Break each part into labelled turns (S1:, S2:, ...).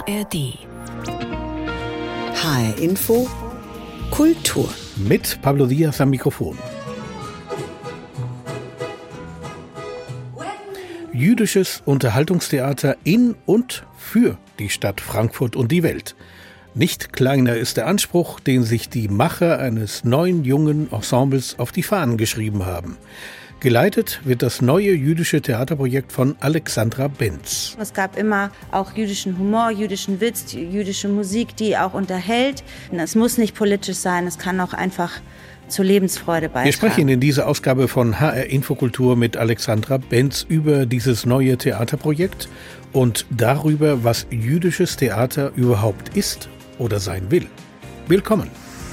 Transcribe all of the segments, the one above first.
S1: ARD.
S2: HR Info Kultur.
S3: Mit Pablo Diaz am Mikrofon. Jüdisches Unterhaltungstheater in und für die Stadt Frankfurt und die Welt. Nicht kleiner ist der Anspruch, den sich die Macher eines neuen jungen Ensembles auf die Fahnen geschrieben haben. Geleitet wird das neue jüdische Theaterprojekt von Alexandra Benz.
S4: Es gab immer auch jüdischen Humor, jüdischen Witz, jüdische Musik, die auch unterhält. Es muss nicht politisch sein, es kann auch einfach zur Lebensfreude beitragen. Wir
S3: sprechen in dieser Ausgabe von HR Infokultur mit Alexandra Benz über dieses neue Theaterprojekt und darüber, was jüdisches Theater überhaupt ist oder sein will. Willkommen!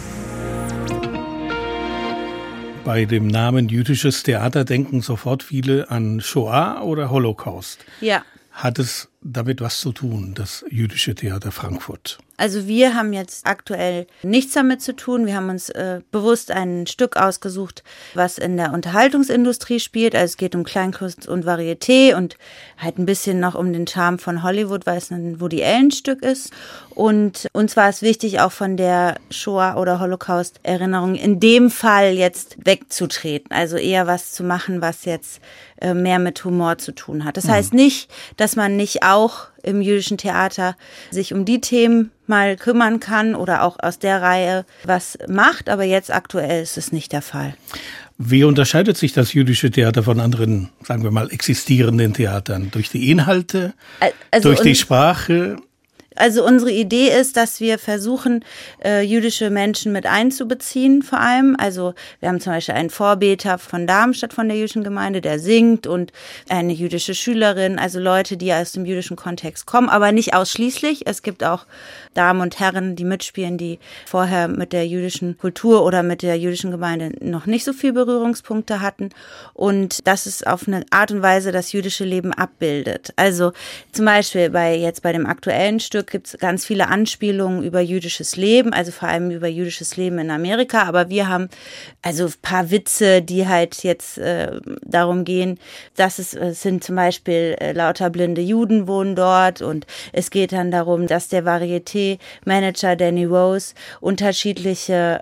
S3: Bei dem Namen jüdisches Theater denken sofort viele an Shoah oder Holocaust.
S4: Ja.
S3: Hat es damit was zu tun, das jüdische Theater Frankfurt?
S4: Also wir haben jetzt aktuell nichts damit zu tun. Wir haben uns bewusst ein Stück ausgesucht, was in der Unterhaltungsindustrie spielt. Also es geht um Kleinkunst und Varieté und halt ein bisschen noch um den Charme von Hollywood, weil es ein Woody Allen-Stück ist. Und uns war es wichtig, auch von der Shoah- oder Holocaust-Erinnerung in dem Fall jetzt wegzutreten. Also eher was zu machen, was jetzt mehr mit Humor zu tun hat. Das heißt nicht, dass man nicht auch im jüdischen Theater sich um die Themen mal kümmern kann oder auch aus der Reihe was macht, aber jetzt aktuell ist es nicht der Fall.
S3: Wie unterscheidet sich das jüdische Theater von anderen, sagen wir mal, existierenden Theatern? Durch die Inhalte, durch die Sprache?
S4: Also unsere Idee ist, dass wir versuchen, jüdische Menschen mit einzubeziehen vor allem. Also wir haben zum Beispiel einen Vorbeter von Darmstadt von der jüdischen Gemeinde, der singt, und eine jüdische Schülerin, also Leute, die aus dem jüdischen Kontext kommen, aber nicht ausschließlich. Es gibt auch Damen und Herren, die mitspielen, die vorher mit der jüdischen Kultur oder mit der jüdischen Gemeinde noch nicht so viel Berührungspunkte hatten. Und das ist auf eine Art und Weise das jüdische Leben abbildet. Also zum Beispiel bei dem aktuellen Stück gibt es ganz viele Anspielungen über jüdisches Leben, also vor allem über jüdisches Leben in Amerika. Aber wir haben also ein paar Witze, die halt jetzt darum gehen, dass es sind zum Beispiel lauter blinde Juden wohnen dort, und es geht dann darum, dass der Varieté-Manager Danny Rose unterschiedliche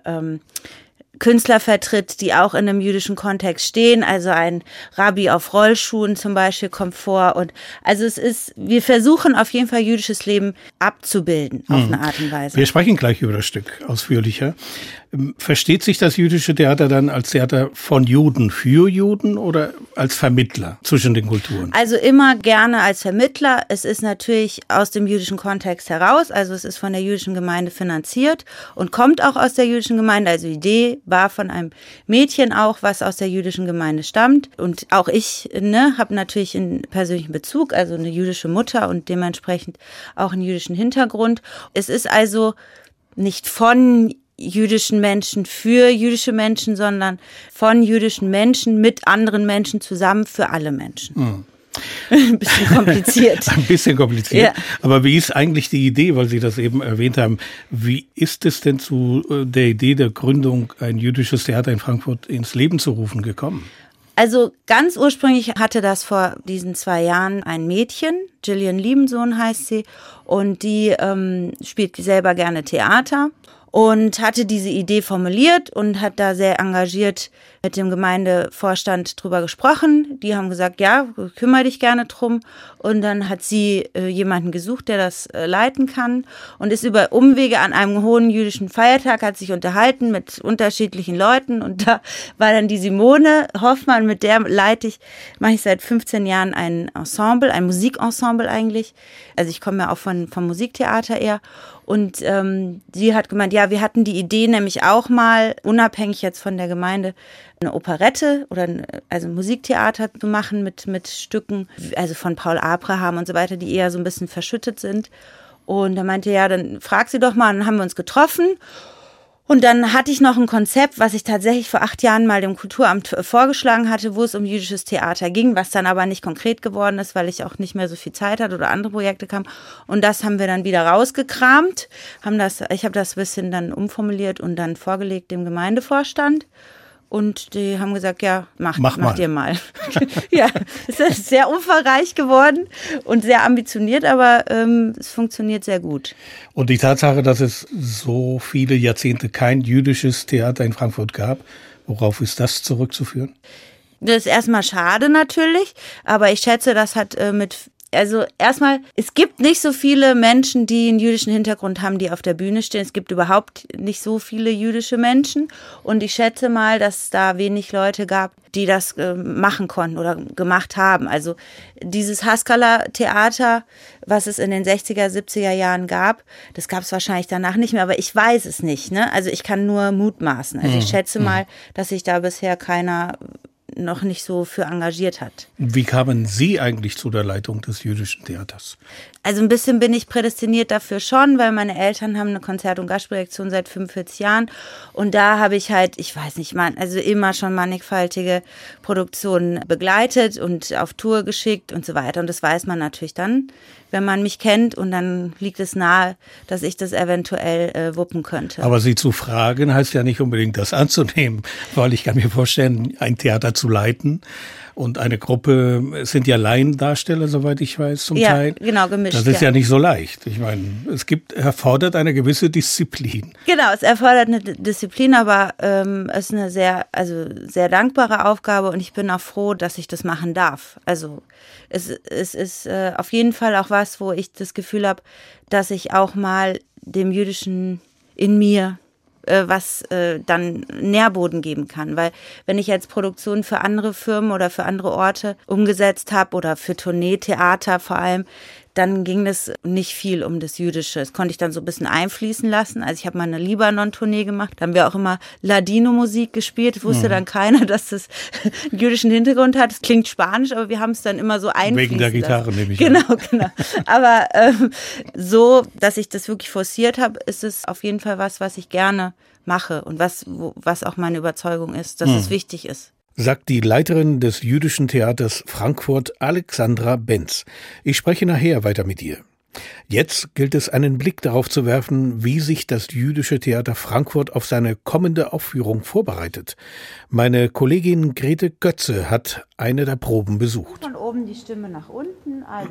S4: Künstler vertritt, die auch in einem jüdischen Kontext stehen. Also ein Rabbi auf Rollschuhen zum Beispiel kommt vor. Und also wir versuchen auf jeden Fall jüdisches Leben abzubilden auf eine Art und Weise.
S3: Wir sprechen gleich über das Stück ausführlicher. Versteht sich das jüdische Theater dann als Theater von Juden für Juden oder als Vermittler zwischen den Kulturen?
S4: Also immer gerne als Vermittler. Es ist natürlich aus dem jüdischen Kontext heraus. Also es ist von der jüdischen Gemeinde finanziert und kommt auch aus der jüdischen Gemeinde. Also die Idee war von einem Mädchen auch, was aus der jüdischen Gemeinde stammt. Und auch ich habe natürlich einen persönlichen Bezug, also eine jüdische Mutter und dementsprechend auch einen jüdischen Hintergrund. Es ist also nicht von jüdischen Menschen für jüdische Menschen, sondern von jüdischen Menschen mit anderen Menschen zusammen für alle Menschen. Ein bisschen kompliziert.
S3: Ein bisschen kompliziert.
S4: Ja.
S3: Aber wie ist eigentlich die Idee, weil Sie das eben erwähnt haben, wie ist es denn zu der Idee der Gründung, ein jüdisches Theater in Frankfurt ins Leben zu rufen, gekommen?
S4: Also ganz ursprünglich hatte das vor diesen 2 Jahren ein Mädchen, Gillian Liebensohn heißt sie, und die spielt selber gerne Theater und hatte diese Idee formuliert und hat da sehr engagiert mit dem Gemeindevorstand drüber gesprochen. Die haben gesagt, ja, kümmere dich gerne drum. Und dann hat sie jemanden gesucht, der das leiten kann, und ist über Umwege an einem hohen jüdischen Feiertag, hat sich unterhalten mit unterschiedlichen Leuten, und da war dann die Simone Hoffmann, mit der mache ich seit 15 Jahren ein Ensemble, ein Musikensemble eigentlich. Also ich komme ja auch vom Musiktheater eher. Und sie hat gemeint, ja, wir hatten die Idee nämlich auch mal, unabhängig jetzt von der Gemeinde, eine Operette oder ein Musiktheater zu machen mit Stücken, also von Paul Abraham und so weiter, die eher so ein bisschen verschüttet sind. Und da meinte, ja, dann frag sie doch mal. Und dann haben wir uns getroffen. Und dann hatte ich noch ein Konzept, was ich tatsächlich vor 8 Jahren mal dem Kulturamt vorgeschlagen hatte, wo es um jüdisches Theater ging, was dann aber nicht konkret geworden ist, weil ich auch nicht mehr so viel Zeit hatte oder andere Projekte kamen. Und das haben wir dann wieder rausgekramt. Ich habe das ein bisschen dann umformuliert und dann vorgelegt dem Gemeindevorstand. Und die haben gesagt, ja, macht ihr mal.
S3: Ja,
S4: es ist sehr umfangreich geworden und sehr ambitioniert, aber es funktioniert sehr gut.
S3: Und die Tatsache, dass es so viele Jahrzehnte kein jüdisches Theater in Frankfurt gab, worauf ist das zurückzuführen?
S4: Das ist erstmal schade natürlich, aber ich schätze, das hat also erstmal, es gibt nicht so viele Menschen, die einen jüdischen Hintergrund haben, die auf der Bühne stehen. Es gibt überhaupt nicht so viele jüdische Menschen. Und ich schätze mal, dass es da wenig Leute gab, die das machen konnten oder gemacht haben. Also dieses Haskalah-Theater, was es in den 60er, 70er Jahren gab, das gab es wahrscheinlich danach nicht mehr, aber ich weiß es nicht, ne? Also ich kann nur mutmaßen. Also ich schätze mal, dass sich da bisher keiner noch nicht so für engagiert hat.
S3: Wie kamen Sie eigentlich zu der Leitung des jüdischen Theaters?
S4: Also ein bisschen bin ich prädestiniert dafür schon, weil meine Eltern haben eine Konzert- und Gastprojektion seit 45 Jahren und da habe ich halt, ich weiß nicht, also immer schon mannigfaltige Produktionen begleitet und auf Tour geschickt und so weiter und das weiß man natürlich dann, wenn man mich kennt und dann liegt es nahe, dass ich das eventuell wuppen könnte.
S3: Aber Sie zu fragen heißt ja nicht unbedingt das anzunehmen, weil ich kann mir vorstellen, ein Theater zu leiten und eine Gruppe, es sind ja Laiendarsteller, soweit ich weiß, zum Teil.
S4: Ja, genau, gemischt.
S3: Das ist ja nicht so leicht. Ich meine, erfordert eine gewisse Disziplin.
S4: Genau, es erfordert eine Disziplin, aber es ist eine sehr dankbare Aufgabe und ich bin auch froh, dass ich das machen darf. Also es ist auf jeden Fall auch was, wo ich das Gefühl habe, dass ich auch mal dem Jüdischen in mir dann Nährboden geben kann. Weil wenn ich jetzt Produktionen für andere Firmen oder für andere Orte umgesetzt habe oder für Tourneetheater vor allem, dann ging es nicht viel um das Jüdische. Das konnte ich dann so ein bisschen einfließen lassen. Also ich habe mal eine Libanon-Tournee gemacht. Da haben wir auch immer Ladino-Musik gespielt. Das wusste dann keiner, dass das einen jüdischen Hintergrund hat. Das klingt spanisch, aber wir haben es dann immer so einfließen
S3: Wegen der Gitarre
S4: lassen.
S3: nehme ich
S4: an. Genau. Aber so, dass ich das wirklich forciert habe, ist es auf jeden Fall was ich gerne mache und was auch meine Überzeugung ist, dass es wichtig ist.
S3: Sagt die Leiterin des Jüdischen Theaters Frankfurt, Alexandra Benz. Ich spreche nachher weiter mit ihr. Jetzt gilt es, einen Blick darauf zu werfen, wie sich das Jüdische Theater Frankfurt auf seine kommende Aufführung vorbereitet. Meine Kollegin Grete Götze hat eine der Proben besucht.
S4: Von oben die Stimme nach unten. Also.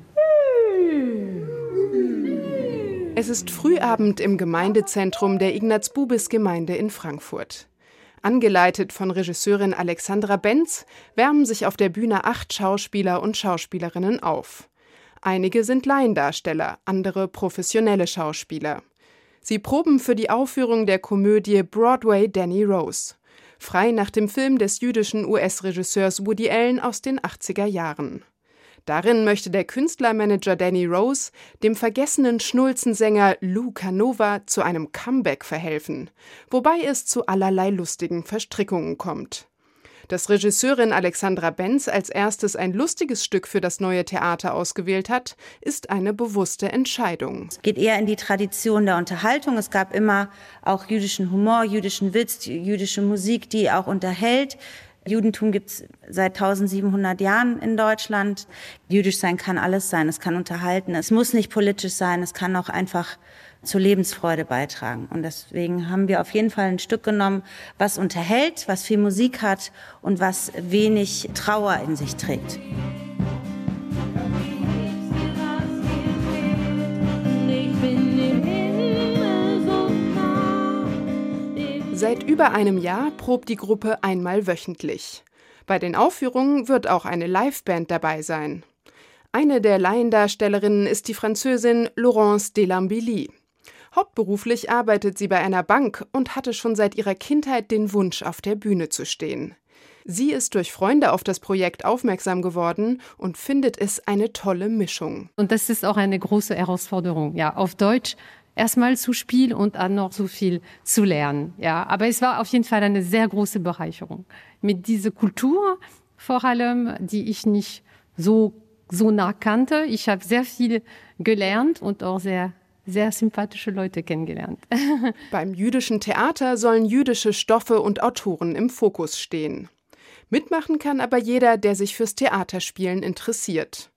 S1: Es ist Frühabend im Gemeindezentrum der Ignaz-Bubis-Gemeinde in Frankfurt. Angeleitet von Regisseurin Alexandra Benz wärmen sich auf der Bühne 8 Schauspieler und Schauspielerinnen auf. Einige sind Laiendarsteller, andere professionelle Schauspieler. Sie proben für die Aufführung der Komödie Broadway Danny Rose, frei nach dem Film des jüdischen US-Regisseurs Woody Allen aus den 80er Jahren. Darin möchte der Künstlermanager Danny Rose dem vergessenen Schnulzensänger Lou Canova zu einem Comeback verhelfen, wobei es zu allerlei lustigen Verstrickungen kommt. Dass Regisseurin Alexandra Benz als erstes ein lustiges Stück für das neue Theater ausgewählt hat, ist eine bewusste Entscheidung.
S4: Es geht eher in die Tradition der Unterhaltung. Es gab immer auch jüdischen Humor, jüdischen Witz, jüdische Musik, die auch unterhält. Judentum gibt es seit 1700 Jahren in Deutschland. Jüdisch sein kann alles sein, es kann unterhalten, es muss nicht politisch sein, es kann auch einfach zur Lebensfreude beitragen. Und deswegen haben wir auf jeden Fall ein Stück genommen, was unterhält, was viel Musik hat und was wenig Trauer in sich trägt.
S1: Seit über einem Jahr probt die Gruppe einmal wöchentlich. Bei den Aufführungen wird auch eine Liveband dabei sein. Eine der Laiendarstellerinnen ist die Französin Laurence Delambilly. Hauptberuflich arbeitet sie bei einer Bank und hatte schon seit ihrer Kindheit den Wunsch, auf der Bühne zu stehen. Sie ist durch Freunde auf das Projekt aufmerksam geworden und findet es eine tolle Mischung.
S5: Und das ist auch eine große Herausforderung, ja, auf Deutsch erstmal zu spielen und dann noch so viel zu lernen. Ja, aber es war auf jeden Fall eine sehr große Bereicherung. Mit dieser Kultur vor allem, die ich nicht so nah kannte. Ich habe sehr viel gelernt und auch sehr sympathische Leute kennengelernt.
S1: Beim Jüdischen Theater sollen jüdische Stoffe und Autoren im Fokus stehen. Mitmachen kann aber jeder, der sich fürs Theaterspielen interessiert.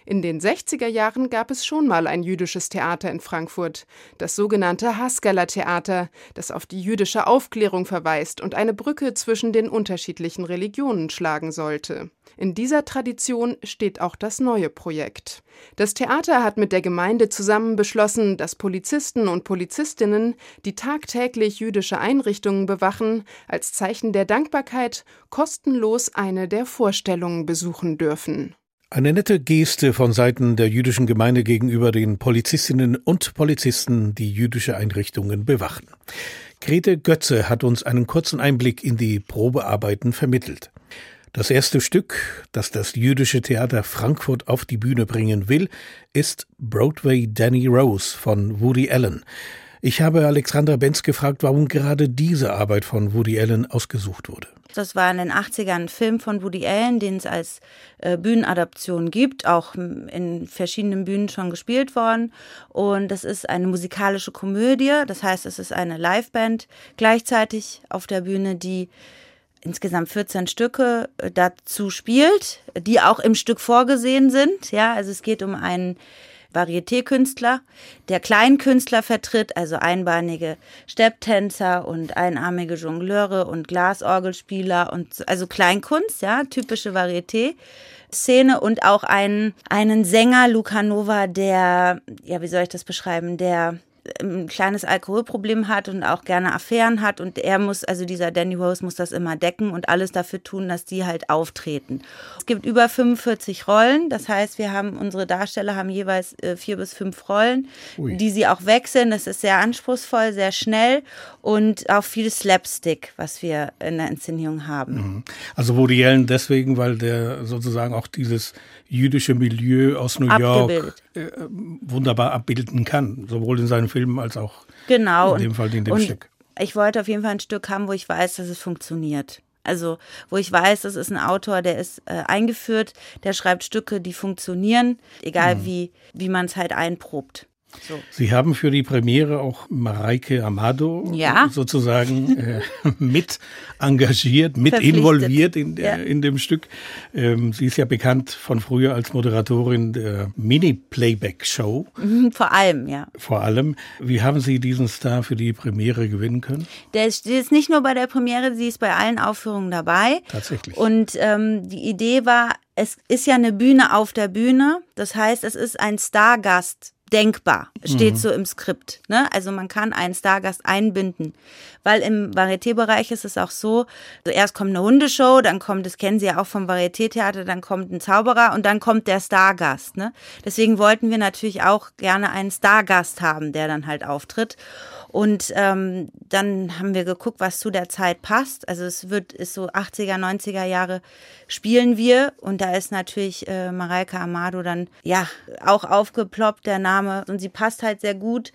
S1: In den 60er Jahren gab es schon mal ein jüdisches Theater in Frankfurt, das sogenannte Haskalah-Theater, das auf die jüdische Aufklärung verweist und eine Brücke zwischen den unterschiedlichen Religionen schlagen sollte. In dieser Tradition steht auch das neue Projekt. Das Theater hat mit der Gemeinde zusammen beschlossen, dass Polizisten und Polizistinnen, die tagtäglich jüdische Einrichtungen bewachen, als Zeichen der Dankbarkeit kostenlos eine der Vorstellungen besuchen dürfen.
S3: Eine nette Geste von Seiten der jüdischen Gemeinde gegenüber den Polizistinnen und Polizisten, die jüdische Einrichtungen bewachen. Grete Götze hat uns einen kurzen Einblick in die Probearbeiten vermittelt. Das erste Stück, das das Jüdische Theater Frankfurt auf die Bühne bringen will, ist Broadway Danny Rose von Woody Allen. Ich habe Alexandra Benz gefragt, warum gerade diese Arbeit von Woody Allen ausgesucht wurde.
S4: Das war in den 80ern ein Film von Woody Allen, den es als Bühnenadaption gibt, auch in verschiedenen Bühnen schon gespielt worden. Und das ist eine musikalische Komödie, das heißt, es ist eine Liveband gleichzeitig auf der Bühne, die insgesamt 14 Stücke dazu spielt, die auch im Stück vorgesehen sind. Ja, also es geht um einen Varieté-Künstler, der Kleinkünstler vertritt, also einbeinige Stepptänzer und einarmige Jongleure und Glasorgelspieler und also Kleinkunst, ja, typische Varieté-Szene und auch einen Sänger, Luca Nova, der, ja, wie soll ich das beschreiben, der ein kleines Alkoholproblem hat und auch gerne Affären hat und er muss, also dieser Danny Rose muss das immer decken und alles dafür tun, dass die halt auftreten. Es gibt über 45 Rollen, das heißt, unsere Darsteller haben jeweils 4 bis 5 Rollen, die sie auch wechseln. Das ist sehr anspruchsvoll, sehr schnell und auch viel Slapstick, was wir in der Inszenierung haben.
S3: Also Woody Allen deswegen, weil der sozusagen auch dieses jüdische Milieu aus New York wunderbar abbilden kann, sowohl in seinen Filmen als auch in dem Fall in dem Stück.
S4: Ich wollte auf jeden Fall ein Stück haben, wo ich weiß, dass es funktioniert. Also wo ich weiß, das ist ein Autor, der ist eingeführt, der schreibt Stücke, die funktionieren, egal wie man es halt einprobt. So.
S3: Sie haben für die Premiere auch Mareike Amado sozusagen mit engagiert, mit involviert in dem Stück. Sie ist ja bekannt von früher als Moderatorin der Mini-Playback-Show.
S4: Vor allem, ja.
S3: Vor allem. Wie haben Sie diesen Star für die Premiere gewinnen können?
S4: Der ist nicht nur bei der Premiere, sie ist bei allen Aufführungen dabei.
S3: Tatsächlich.
S4: Und die Idee war, es ist ja eine Bühne auf der Bühne. Das heißt, es ist ein Stargast denkbar, steht so im Skript. Ne? Also man kann einen Stargast einbinden, weil im Varieté-Bereich ist es auch so, also erst kommt eine Hundeshow, dann kommt, das kennen Sie ja auch vom Varieté-Theater, dann kommt ein Zauberer und dann kommt der Stargast. Ne? Deswegen wollten wir natürlich auch gerne einen Stargast haben, der dann halt auftritt. Und dann haben wir geguckt, was zu der Zeit passt. Also ist so 80er, 90er Jahre spielen wir. Und da ist natürlich Mareike Amado dann ja auch aufgeploppt, der Name. Und sie passt halt sehr gut,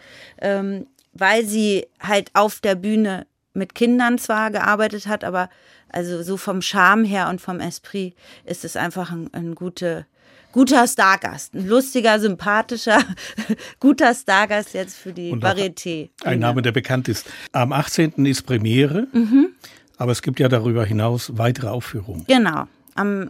S4: weil sie halt auf der Bühne mit Kindern zwar gearbeitet hat, aber also so vom Charme her und vom Esprit ist es einfach ein guter Stargast, ein lustiger, sympathischer, guter Stargast jetzt für die Varieté.
S3: Ein Name, der bekannt ist. Am 18. ist Premiere, aber es gibt ja darüber hinaus weitere Aufführungen.
S4: Genau. Am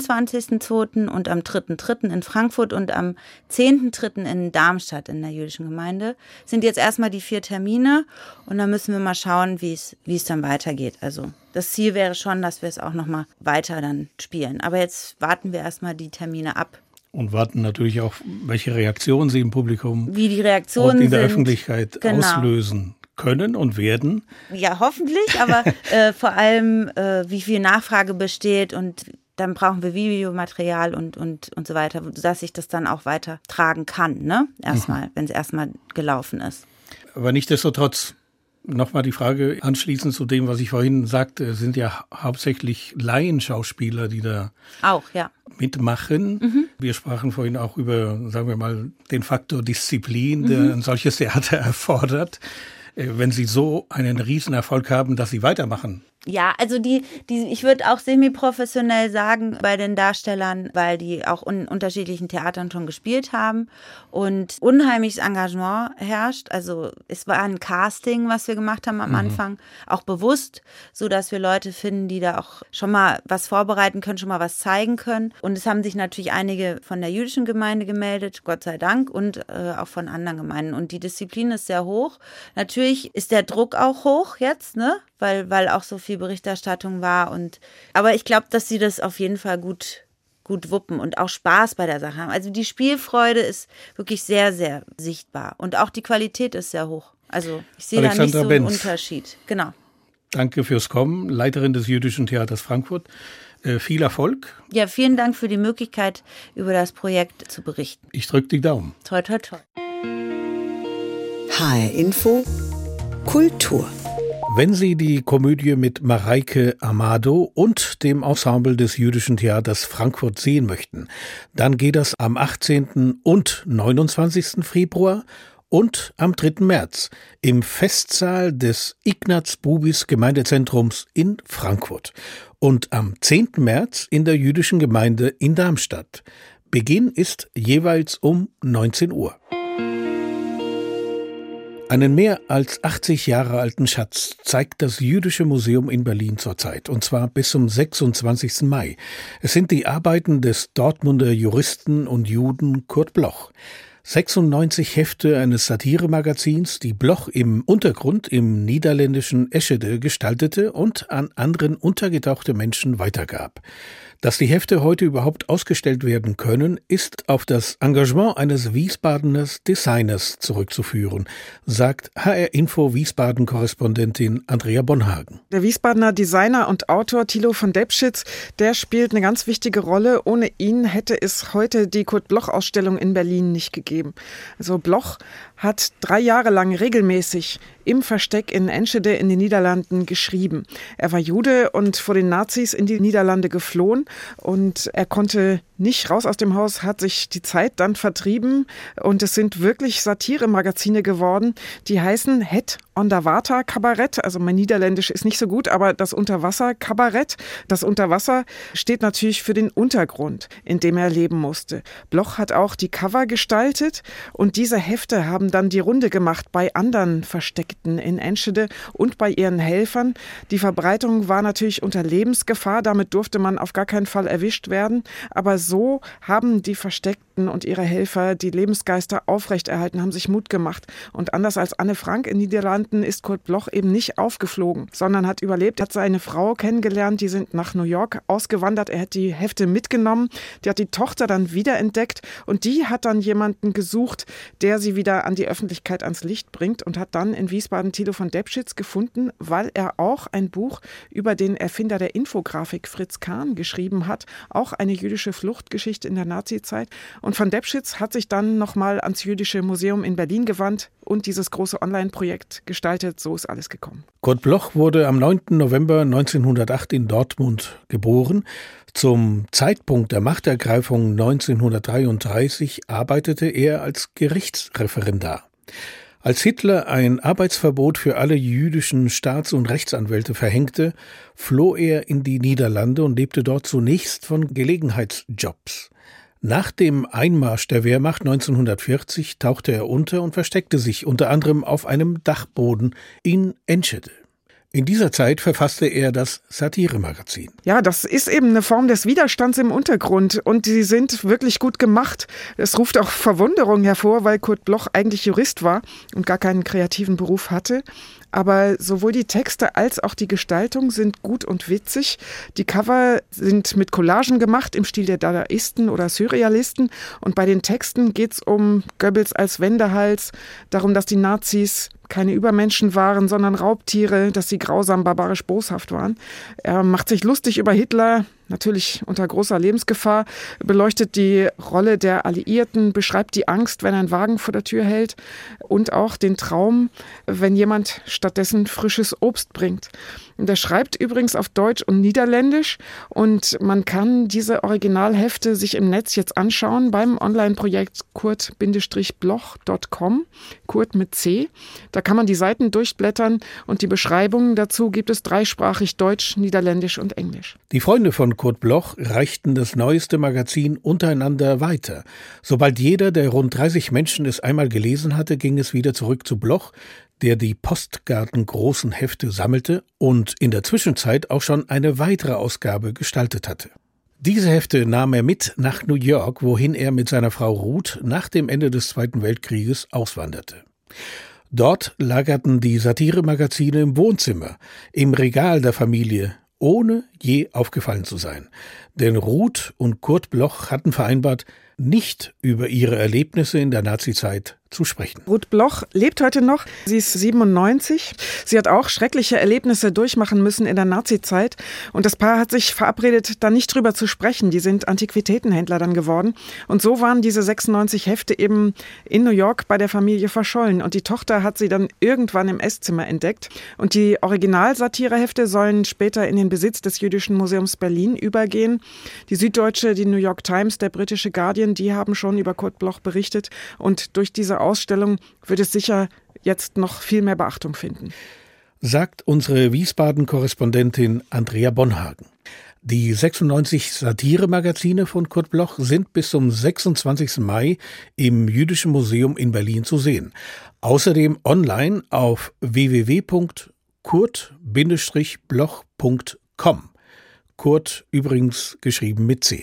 S4: 29.02. und am 3.03. in Frankfurt und am 10.03. in Darmstadt in der jüdischen Gemeinde sind jetzt erstmal die 4 Termine und dann müssen wir mal schauen, wie es dann weitergeht. Also das Ziel wäre schon, dass wir es auch nochmal weiter dann spielen. Aber jetzt warten wir erstmal die Termine ab.
S3: Und warten natürlich auch, welche Reaktionen Sie im Publikum
S4: wie die Reaktionen
S3: und in der Öffentlichkeit auslösen können und werden.
S4: Ja, hoffentlich, aber vor allem, wie viel Nachfrage besteht und dann brauchen wir Videomaterial und so weiter, dass ich das dann auch weitertragen kann, ne? Erstmal, wenn es erstmal gelaufen ist.
S3: Aber nichtsdestotrotz, nochmal die Frage anschließend zu dem, was ich vorhin sagte, es sind ja hauptsächlich Laienschauspieler, die da
S4: auch
S3: mitmachen. Wir sprachen vorhin auch über, sagen wir mal, den Faktor Disziplin, der ein solches Theater erfordert. wenn Sie so einen Riesenerfolg haben, dass Sie weitermachen?
S4: Ja, also ich würde auch semi-professionell sagen bei den Darstellern, weil die auch in unterschiedlichen Theatern schon gespielt haben und unheimliches Engagement herrscht. Also es war ein Casting, was wir gemacht haben am Anfang, auch bewusst, so dass wir Leute finden, die da auch schon mal was vorbereiten können, schon mal was zeigen können. Und es haben sich natürlich einige von der jüdischen Gemeinde gemeldet, Gott sei Dank, und auch von anderen Gemeinden. Und die Disziplin ist sehr hoch. Natürlich ist der Druck auch hoch jetzt, ne? Weil auch so viel Berichterstattung war. Aber ich glaube, dass sie das auf jeden Fall gut wuppen und auch Spaß bei der Sache haben. Also die Spielfreude ist wirklich sehr, sehr sichtbar. Und auch die Qualität ist sehr hoch. Also ich sehe da nicht so einen Unterschied. Genau.
S3: Danke fürs Kommen, Leiterin des Jüdischen Theaters Frankfurt. Viel Erfolg.
S4: Ja, vielen Dank für die Möglichkeit, über das Projekt zu berichten.
S3: Ich drücke die Daumen.
S4: Toi, toi, toi.
S2: HR Info Kultur.
S3: Wenn Sie die Komödie mit Mareike Amado und dem Ensemble des Jüdischen Theaters Frankfurt sehen möchten, dann geht das am 18. und 29. Februar und am 3. März im Festsaal des Ignaz-Bubis Gemeindezentrums in Frankfurt und am 10. März in der Jüdischen Gemeinde in Darmstadt. Beginn ist jeweils um 19 Uhr. Einen mehr als 80 Jahre alten Schatz zeigt das Jüdische Museum in Berlin zurzeit, und zwar bis zum 26. Mai. Es sind die Arbeiten des Dortmunder Juristen und Juden Kurt Bloch. 96 Hefte eines Satiremagazins, die Bloch im Untergrund im niederländischen Enschede gestaltete und an anderen untergetauchte Menschen weitergab. Dass die Hefte heute überhaupt ausgestellt werden können, ist auf das Engagement eines Wiesbadeners Designers zurückzuführen, sagt HR-Info Wiesbaden-Korrespondentin Andrea Bonhagen.
S6: Der Wiesbadener Designer und Autor Thilo von Debschitz, der spielt eine ganz wichtige Rolle. Ohne ihn hätte es heute die Kurt-Bloch-Ausstellung in Berlin nicht gegeben. Also Bloch hat 3 Jahre lang regelmäßig im Versteck in Enschede in den Niederlanden geschrieben. Er war Jude und vor den Nazis in die Niederlande geflohen und er konnte nicht raus aus dem Haus, hat sich die Zeit dann vertrieben und es sind wirklich Satire-Magazine geworden, die heißen Het Onderwater Kabarett, also mein Niederländisch ist nicht so gut, aber das Unterwasser-Kabarett. Das Unterwasser steht natürlich für den Untergrund, in dem er leben musste. Bloch hat auch die Cover gestaltet und diese Hefte haben dann die Runde gemacht bei anderen Versteckten in Enschede und bei ihren Helfern. Die Verbreitung war natürlich unter Lebensgefahr, damit durfte man auf gar keinen Fall erwischt werden, aber so haben die Versteckten und ihre Helfer die Lebensgeister aufrechterhalten, haben sich Mut gemacht. Und anders als Anne Frank in Niederlanden ist Kurt Bloch eben nicht aufgeflogen, sondern hat überlebt, hat seine Frau kennengelernt, die sind nach New York ausgewandert, er hat die Hefte mitgenommen, die hat die Tochter dann wiederentdeckt und die hat dann jemanden gesucht, der sie wieder an die Öffentlichkeit ans Licht bringt und hat dann in Wiesbaden Thilo von Debschitz gefunden, weil er auch ein Buch über den Erfinder der Infografik Fritz Kahn geschrieben hat, auch eine jüdische Fluchtgeschichte in der Nazizeit. Und von Debschitz hat sich dann nochmal ans Jüdische Museum in Berlin gewandt und dieses große Online-Projekt gestaltet. So ist alles gekommen.
S3: Kurt Bloch wurde am 9. November 1908 in Dortmund geboren. Zum Zeitpunkt der Machtergreifung 1933 arbeitete er als Gerichtsreferendar. Als Hitler ein Arbeitsverbot für alle jüdischen Staats- und Rechtsanwälte verhängte, floh er in die Niederlande und lebte dort zunächst von Gelegenheitsjobs. Nach dem Einmarsch der Wehrmacht 1940 tauchte er unter und versteckte sich unter anderem auf einem Dachboden in Enschede. In dieser Zeit verfasste er das Satiremagazin.
S6: Ja, das ist eben eine Form des Widerstands im Untergrund und sie sind wirklich gut gemacht. Es ruft auch Verwunderung hervor, weil Kurt Bloch eigentlich Jurist war und gar keinen kreativen Beruf hatte. Aber sowohl die Texte als auch die Gestaltung sind gut und witzig. Die Cover sind mit Collagen gemacht im Stil der Dadaisten oder Surrealisten. Und bei den Texten geht es um Goebbels als Wendehals, darum, dass die Nazis keine Übermenschen waren, sondern Raubtiere, dass sie grausam, barbarisch, boshaft waren. Er macht sich lustig über Hitler, natürlich unter großer Lebensgefahr, beleuchtet die Rolle der Alliierten, beschreibt die Angst, wenn ein Wagen vor der Tür hält und auch den Traum, wenn jemand stattdessen frisches Obst bringt. Und er schreibt übrigens auf Deutsch und Niederländisch und man kann diese Originalhefte sich im Netz jetzt anschauen beim Online-Projekt kurt-bloch.com, Kurt mit C. Da kann man die Seiten durchblättern und die Beschreibungen dazu gibt es dreisprachig Deutsch, Niederländisch und Englisch.
S3: Die Freunde von Kurt Bloch reichten das neueste Magazin untereinander weiter. Sobald jeder der rund 30 Menschen es einmal gelesen hatte, ging es wieder zurück zu Bloch, der die postgartengroßen Hefte sammelte und in der Zwischenzeit auch schon eine weitere Ausgabe gestaltet hatte. Diese Hefte nahm er mit nach New York, wohin er mit seiner Frau Ruth nach dem Ende des Zweiten Weltkrieges auswanderte. Dort lagerten die Satiremagazine im Wohnzimmer, im Regal der Familie, ohne je aufgefallen zu sein. Denn Ruth und Kurt Bloch hatten vereinbart, nicht über ihre Erlebnisse in der Nazizeit zu sprechen.
S6: Ruth Bloch lebt heute noch. Sie ist 97. Sie hat auch schreckliche Erlebnisse durchmachen müssen in der Nazizeit. Und das Paar hat sich verabredet, da nicht drüber zu sprechen. Die sind Antiquitätenhändler dann geworden. Und so waren diese 96 Hefte eben in New York bei der Familie verschollen. Und die Tochter hat sie dann irgendwann im Esszimmer entdeckt. Und die Originalsatirehefte sollen später in den Besitz des Jüdischen Museums Berlin übergehen. Die Süddeutsche, die New York Times, der britische Guardian, die haben schon über Kurt Bloch berichtet. Und durch diese Ausstellung wird es sicher jetzt noch viel mehr Beachtung finden.
S3: Sagt unsere Wiesbaden-Korrespondentin Andrea Bonhagen. Die 96 Satiremagazine von Kurt Bloch sind bis zum 26. Mai im Jüdischen Museum in Berlin zu sehen. Außerdem online auf www.kurt-bloch.com. Kurt übrigens geschrieben mit C.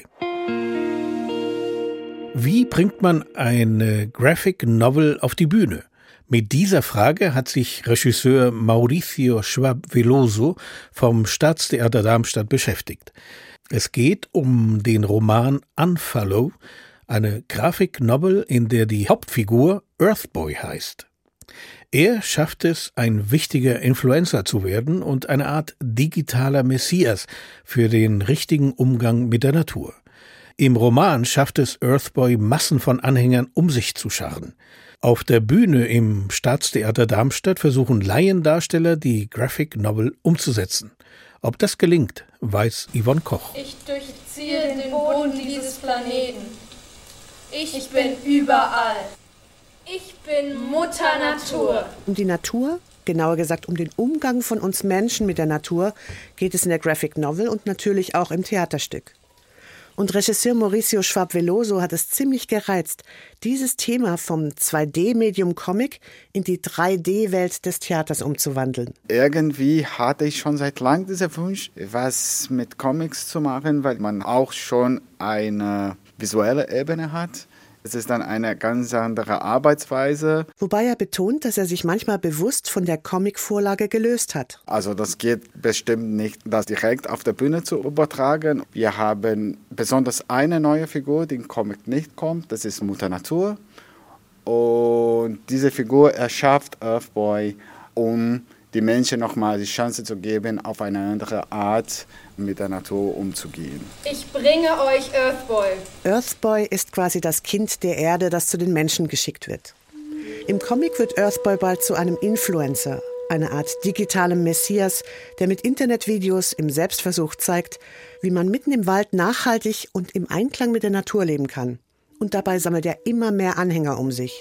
S3: Wie bringt man eine Graphic Novel auf die Bühne? Mit dieser Frage hat sich Regisseur Mauricio Schwab-Veloso vom Staatstheater Darmstadt beschäftigt. Es geht um den Roman Unfollow, eine Graphic Novel, in der die Hauptfigur Earthboy heißt. Er schafft es, ein wichtiger Influencer zu werden und eine Art digitaler Messias für den richtigen Umgang mit der Natur. Im Roman schafft es Earthboy, Massen von Anhängern um sich zu scharren. Auf der Bühne im Staatstheater Darmstadt versuchen Laiendarsteller, die Graphic Novel umzusetzen. Ob das gelingt, weiß Yvonne Koch.
S7: Ich durchziehe den Boden dieses Planeten. Ich bin überall. Ich bin Mutter Natur.
S2: Um die Natur, genauer gesagt um den Umgang von uns Menschen mit der Natur, geht es in der Graphic Novel und natürlich auch im Theaterstück. Und Regisseur Mauricio Schwab-Veloso hat es ziemlich gereizt, dieses Thema vom 2D-Medium Comic in die 3D-Welt des Theaters umzuwandeln.
S8: Irgendwie hatte ich schon seit langem diesen Wunsch, was mit Comics zu machen, weil man auch schon eine visuelle Ebene hat. Es ist dann eine ganz andere Arbeitsweise.
S2: Wobei er betont, dass er sich manchmal bewusst von der Comic-Vorlage gelöst hat.
S8: Also das geht bestimmt nicht, das direkt auf der Bühne zu übertragen. Wir haben besonders eine neue Figur, die im Comic nicht kommt. Das ist Mutter Natur. Und diese Figur erschafft Earthboy, um die Menschen nochmal die Chance zu geben, auf eine andere Art mit der Natur umzugehen.
S7: Ich bringe euch Earthboy.
S2: Earthboy ist quasi das Kind der Erde, das zu den Menschen geschickt wird. Im Comic wird Earthboy bald zu einem Influencer, eine Art digitalem Messias, der mit Internetvideos im Selbstversuch zeigt, wie man mitten im Wald nachhaltig und im Einklang mit der Natur leben kann. Und dabei sammelt er immer mehr Anhänger um sich.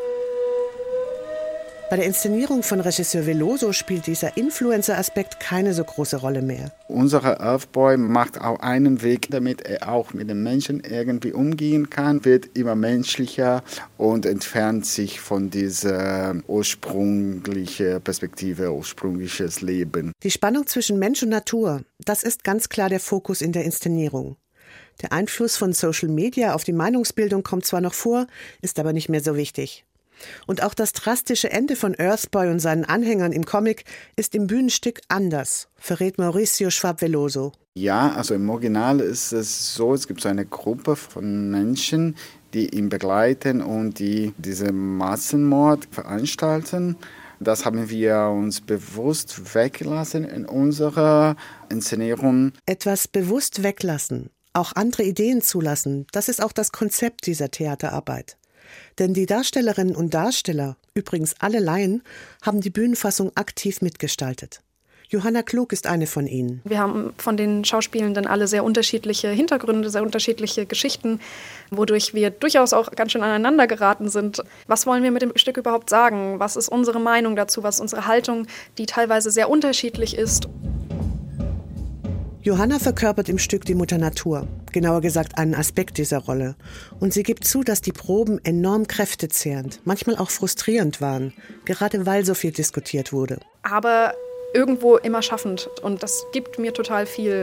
S2: Bei der Inszenierung von Regisseur Veloso spielt dieser Influencer-Aspekt keine so große Rolle mehr.
S8: Unser Earthboy macht auch einen Weg, damit er auch mit den Menschen irgendwie umgehen kann, wird immer menschlicher und entfernt sich von dieser ursprünglichen Perspektive, ursprüngliches Leben.
S2: Die Spannung zwischen Mensch und Natur, das ist ganz klar der Fokus in der Inszenierung. Der Einfluss von Social Media auf die Meinungsbildung kommt zwar noch vor, ist aber nicht mehr so wichtig. Und auch das drastische Ende von Earthboy und seinen Anhängern im Comic ist im Bühnenstück anders, verrät Mauricio Schwab-Veloso.
S8: Ja, also im Original ist es so, es gibt so eine Gruppe von Menschen, die ihn begleiten und die diesen Massenmord veranstalten. Das haben wir uns bewusst weggelassen in unserer Inszenierung.
S2: Etwas bewusst weglassen, auch andere Ideen zulassen, das ist auch das Konzept dieser Theaterarbeit. Denn die Darstellerinnen und Darsteller, übrigens alle Laien, haben die Bühnenfassung aktiv mitgestaltet. Johanna Klug ist eine von ihnen.
S9: Wir haben von den Schauspielenden alle sehr unterschiedliche Hintergründe, sehr unterschiedliche Geschichten, wodurch wir durchaus auch ganz schön aneinander geraten sind. Was wollen wir mit dem Stück überhaupt sagen? Was ist unsere Meinung dazu? Was ist unsere Haltung, die teilweise sehr unterschiedlich ist?
S2: Johanna verkörpert im Stück die Mutter Natur, genauer gesagt einen Aspekt dieser Rolle. Und sie gibt zu, dass die Proben enorm kräftezehrend, manchmal auch frustrierend waren, gerade weil so viel diskutiert wurde.
S9: Aber irgendwo immer schaffend und das gibt mir total viel.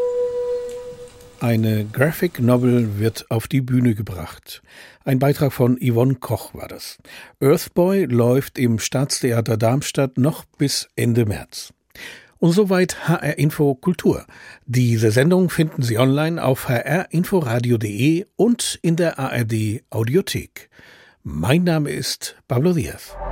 S3: Eine Graphic Novel wird auf die Bühne gebracht. Ein Beitrag von Yvonne Koch war das. Earthboy läuft im Staatstheater Darmstadt noch bis Ende März. Und soweit HR Info Kultur. Diese Sendung finden Sie online auf hrinforadio.de und in der ARD Audiothek. Mein Name ist Pablo Diaz.